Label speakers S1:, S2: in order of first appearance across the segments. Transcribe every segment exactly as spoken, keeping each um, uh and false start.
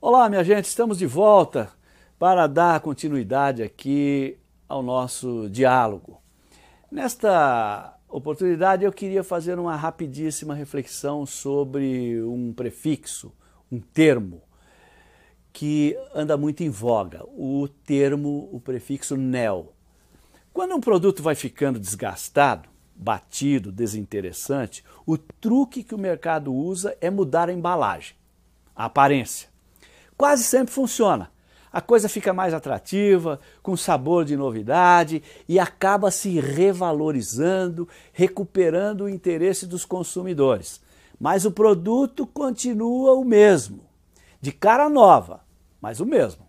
S1: Olá, minha gente, estamos de volta para dar continuidade aqui ao nosso diálogo. Nesta oportunidade eu queria fazer uma rapidíssima reflexão sobre um prefixo, um termo que anda muito em voga, o termo, o prefixo neo. Quando um produto vai ficando desgastado, batido, desinteressante, o truque que o mercado usa é mudar a embalagem, a aparência. Quase sempre funciona. A coisa fica mais atrativa, com sabor de novidade e acaba se revalorizando, recuperando o interesse dos consumidores. Mas o produto continua o mesmo, de cara nova, mas o mesmo.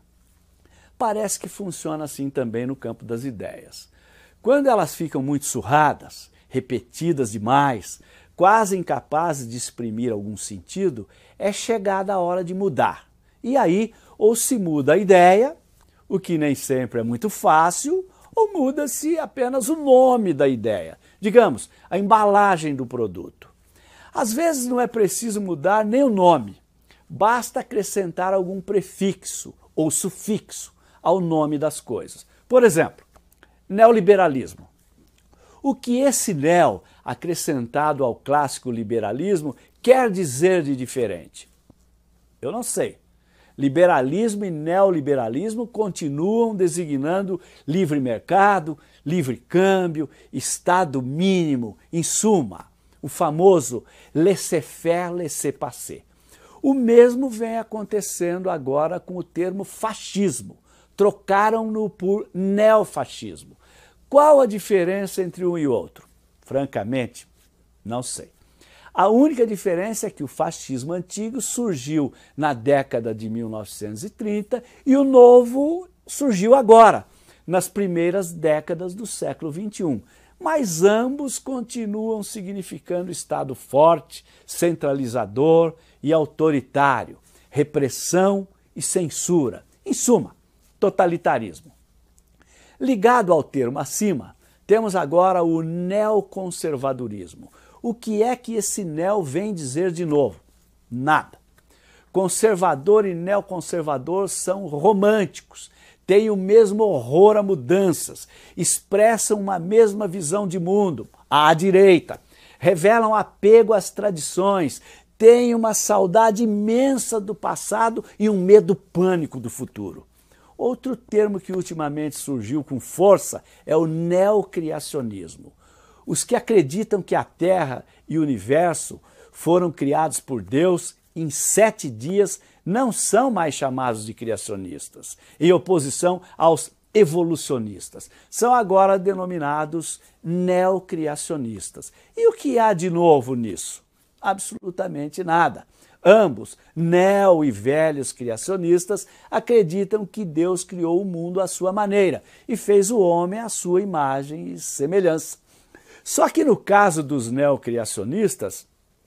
S1: Parece que funciona assim também no campo das ideias. Quando elas ficam muito surradas, repetidas demais, quase incapazes de exprimir algum sentido, é chegada a hora de mudar. E aí, ou se muda a ideia, o que nem sempre é muito fácil, ou muda-se apenas o nome da ideia. Digamos, a embalagem do produto. Às vezes não é preciso mudar nem o nome, basta acrescentar algum prefixo ou sufixo ao nome das coisas. Por exemplo, neoliberalismo. O que esse neo, acrescentado ao clássico liberalismo, quer dizer de diferente? Eu não sei. Liberalismo e neoliberalismo continuam designando livre mercado, livre câmbio, Estado mínimo, em suma, o famoso laissez-faire, laissez-passer. O mesmo vem acontecendo agora com o termo fascismo. Trocaram-no por neofascismo. Qual a diferença entre um e outro? Francamente, não sei. A única diferença é que o fascismo antigo surgiu na década de mil novecentos e trinta e o novo surgiu agora, nas primeiras décadas do século vinte e um. Mas ambos continuam significando Estado forte, centralizador e autoritário, repressão e censura. Em suma, totalitarismo. Ligado ao termo acima, temos agora o neoconservadorismo. O que é que esse neo vem dizer de novo? Nada. Conservador e neoconservador são românticos, têm o mesmo horror a mudanças, expressam uma mesma visão de mundo, à direita, revelam apego às tradições, têm uma saudade imensa do passado e um medo pânico do futuro. Outro termo que ultimamente surgiu com força é o neocriacionismo. Os que acreditam que a Terra e o Universo foram criados por Deus em sete dias não são mais chamados de criacionistas, em oposição aos evolucionistas. São agora denominados neocriacionistas. E o que há de novo nisso? Absolutamente nada. Ambos, neo e velhos criacionistas, acreditam que Deus criou o mundo à sua maneira e fez o homem à sua imagem e semelhança. Só que no caso dos neocriacionistas,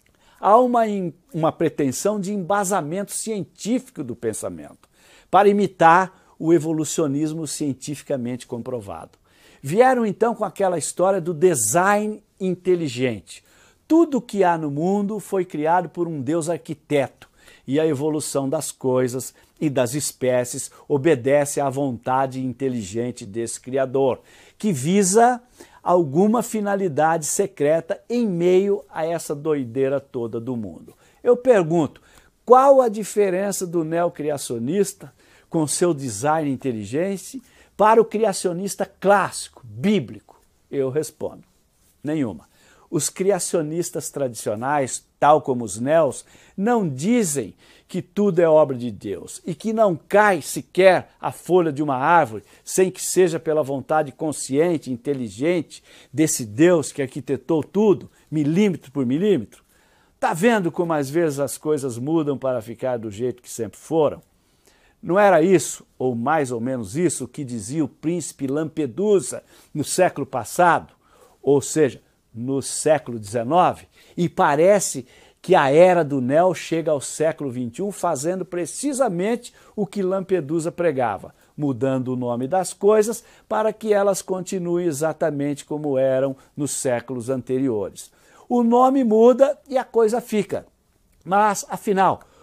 S1: há uma, uma pretensão de embasamento científico do pensamento, para imitar o evolucionismo cientificamente comprovado. Vieram então com aquela história do design inteligente. Tudo o que há no mundo foi criado por um Deus arquiteto, e a evolução das coisas e das espécies obedece à vontade inteligente desse Criador, que visa alguma finalidade secreta em meio a essa doideira toda do mundo. Eu pergunto, qual a diferença do neocriacionista com seu design inteligente para o criacionista clássico, bíblico? Eu respondo, nenhuma. Os criacionistas tradicionais, tal como os neos, não dizem que tudo é obra de Deus e que não cai sequer a folha de uma árvore sem que seja pela vontade consciente, inteligente desse Deus que arquitetou tudo, milímetro por milímetro. Está vendo como às vezes as coisas mudam para ficar do jeito que sempre foram? Não era isso, ou mais ou menos isso, que dizia o príncipe Lampedusa no século passado, ou seja, no século dezenove, e parece que a era do neo chega ao século vinte e um fazendo precisamente o que Lampedusa pregava, mudando o nome das coisas para que elas continuem exatamente como eram nos séculos anteriores. O nome muda e a coisa fica. Mas, afinal,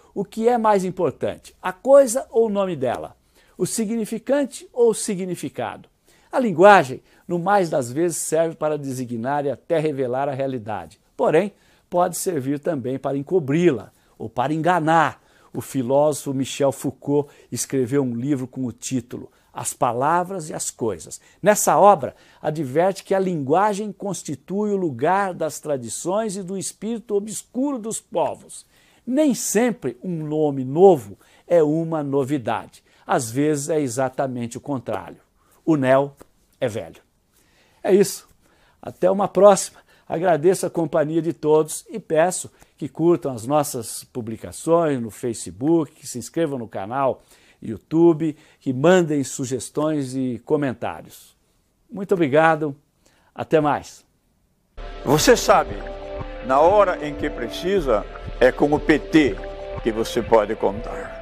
S1: O que é mais importante, a coisa ou o nome dela? O significante ou o significado? A linguagem, no mais das vezes, serve para designar e até revelar a realidade. Porém, pode servir também para encobri-la ou para enganar. O filósofo Michel Foucault escreveu um livro com o título As Palavras e as Coisas. Nessa obra, adverte que a linguagem constitui o lugar das tradições e do espírito obscuro dos povos. Nem sempre um nome novo é uma novidade. Às vezes é exatamente o contrário. O Neo é velho. É isso. Até uma próxima. Agradeço a companhia de todos e peço que curtam as nossas publicações no Facebook, que se inscrevam no canal YouTube, que mandem sugestões e comentários. Muito obrigado. Até mais.
S2: Você sabe, na hora em que precisa, é com o P T que você pode contar.